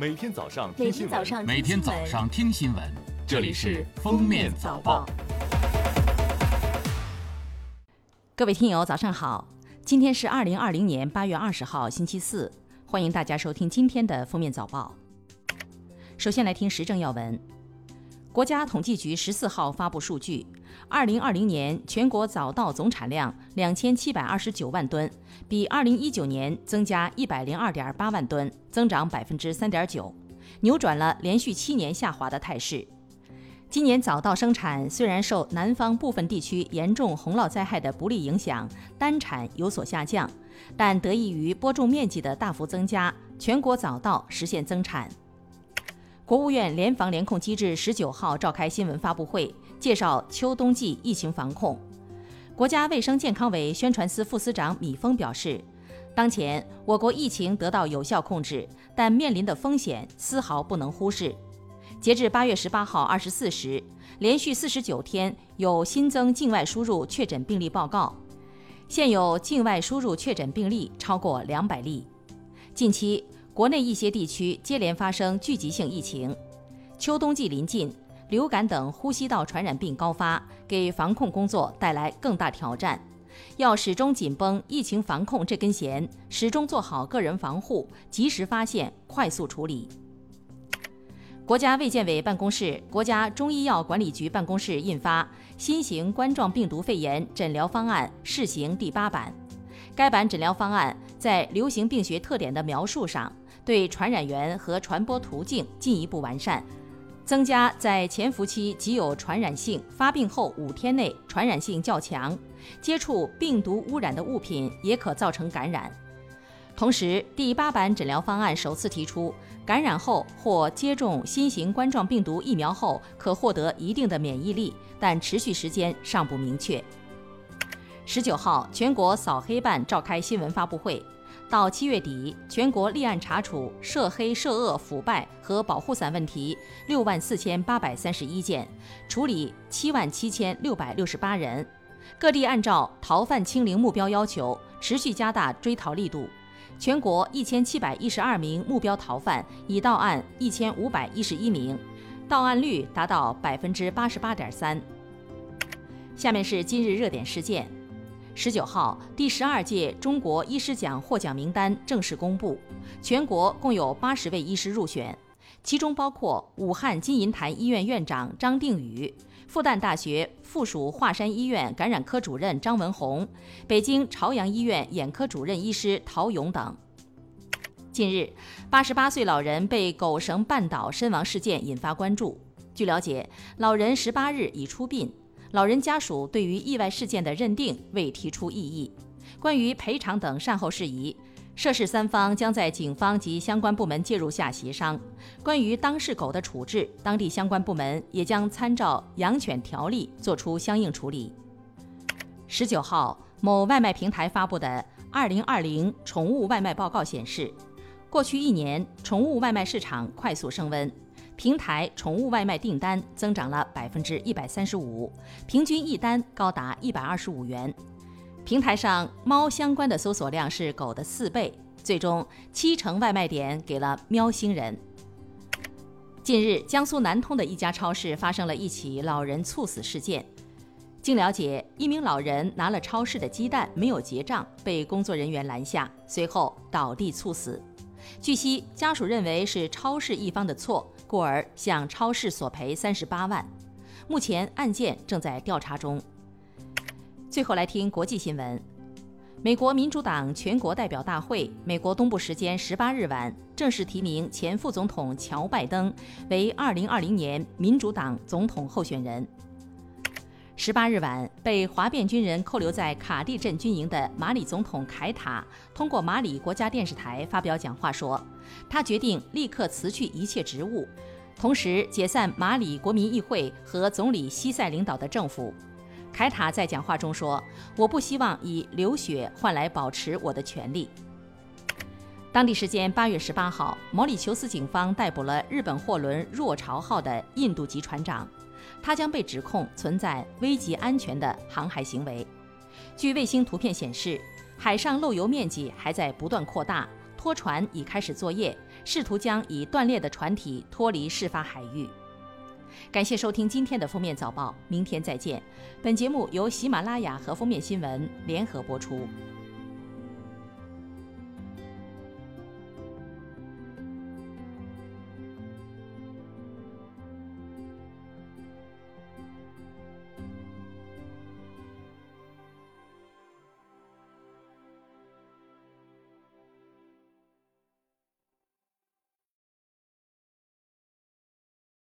每天早上听新闻， 每天早上听新闻，这里是封面早报。 各位听友早上好，今天是2020年8月20号星期四，欢迎大家收听今天的封面早报。首先来听时政要闻。国家统计局14号发布数据，2020年全国早稻总产量2729万吨，比2019年增加102.8万吨，增长3.9%，扭转了连续7年下滑的态势。今年早稻生产虽然受南方部分地区严重洪涝灾害的不利影响，单产有所下降，但得益于播种面积的大幅增加，全国早稻实现增产。国务院联防联控机制19号召开新闻发布会，介绍秋冬季疫情防控。国家卫生健康委宣传司副司长米峰表示，当前我国疫情得到有效控制，但面临的风险丝毫不能忽视。截至8月18号24时，连续49天有新增境外输入确诊病例报告，现有境外输入确诊病例超过200例。近期国内一些地区接连发生聚集性疫情，秋冬季临近，流感等呼吸道传染病高发，给防控工作带来更大挑战。要始终紧绷疫情防控这根弦，始终做好个人防护，及时发现，快速处理。国家卫健委办公室、国家中医药管理局办公室印发《新型冠状病毒肺炎诊疗方案（试行）》第8版。该版诊疗方案在流行病学特点的描述上，对传染源和传播途径进一步完善，增加在潜伏期极有传染性、发病后5天内传染性较强、接触病毒污染的物品也可造成感染。同时，第8版诊疗方案首次提出，感染后或接种新型冠状病毒疫苗后可获得一定的免疫力，但持续时间尚不明确。19号，全国扫黑办召开新闻发布会，到7月底，全国立案查处涉黑涉恶腐败和保护伞问题64831件，处理77668人。各地按照逃犯清零目标要求，持续加大追逃力度。全国1712名目标逃犯已到案1511名，到案率达到88.3%。下面是今日热点事件。19号，第12届中国医师奖获奖名单正式公布，全国共有80位医师入选，其中包括武汉金银潭医院院长张定宇、复旦大学附属华山医院感染科主任张文宏、北京朝阳医院眼科主任医师陶勇等。近日，88岁老人被狗绳绊倒身亡事件引发关注。据了解，老人18日已出殡，老人家属对于意外事件的认定未提出异议。关于赔偿等善后事宜，涉事三方将在警方及相关部门介入下协商。关于当事狗的处置，当地相关部门也将参照养犬条例作出相应处理。19号，某外卖平台发布的2020宠物外卖报告显示，过去1年，宠物外卖市场快速升温，平台宠物外卖订单增长了135%，平均一单高达125元。平台上猫相关的搜索量是狗的4倍，最终70%外卖点给了喵星人。近日，江苏南通的一家超市发生了一起老人猝死事件。经了解，一名老人拿了超市的鸡蛋没有结账，被工作人员拦下，随后倒地猝死。据悉，家属认为是超市一方的错，故而向超市索赔38万。目前案件正在调查中。最后来听国际新闻。美国民主党全国代表大会美国东部时间18日晚正式提名前副总统乔拜登为2020年民主党总统候选人。18日晚，被哗变军人扣留在卡蒂镇军营的马里总统凯塔通过马里国家电视台发表讲话说，他决定立刻辞去一切职务，同时解散马里国民议会和总理西塞领导的政府。凯塔在讲话中说，我不希望以流血换来保持我的权利。当地时间8月18号，毛里求斯警方逮捕了日本货轮若潮号的印度籍船长，他将被指控存在危及安全的航海行为。据卫星图片显示，海上漏油面积还在不断扩大，拖船已开始作业， 试图将已断裂的船体脱离事发海域。感谢收听今天的封面早报，明天再见。本节目由喜马拉雅和封面新闻联合播出。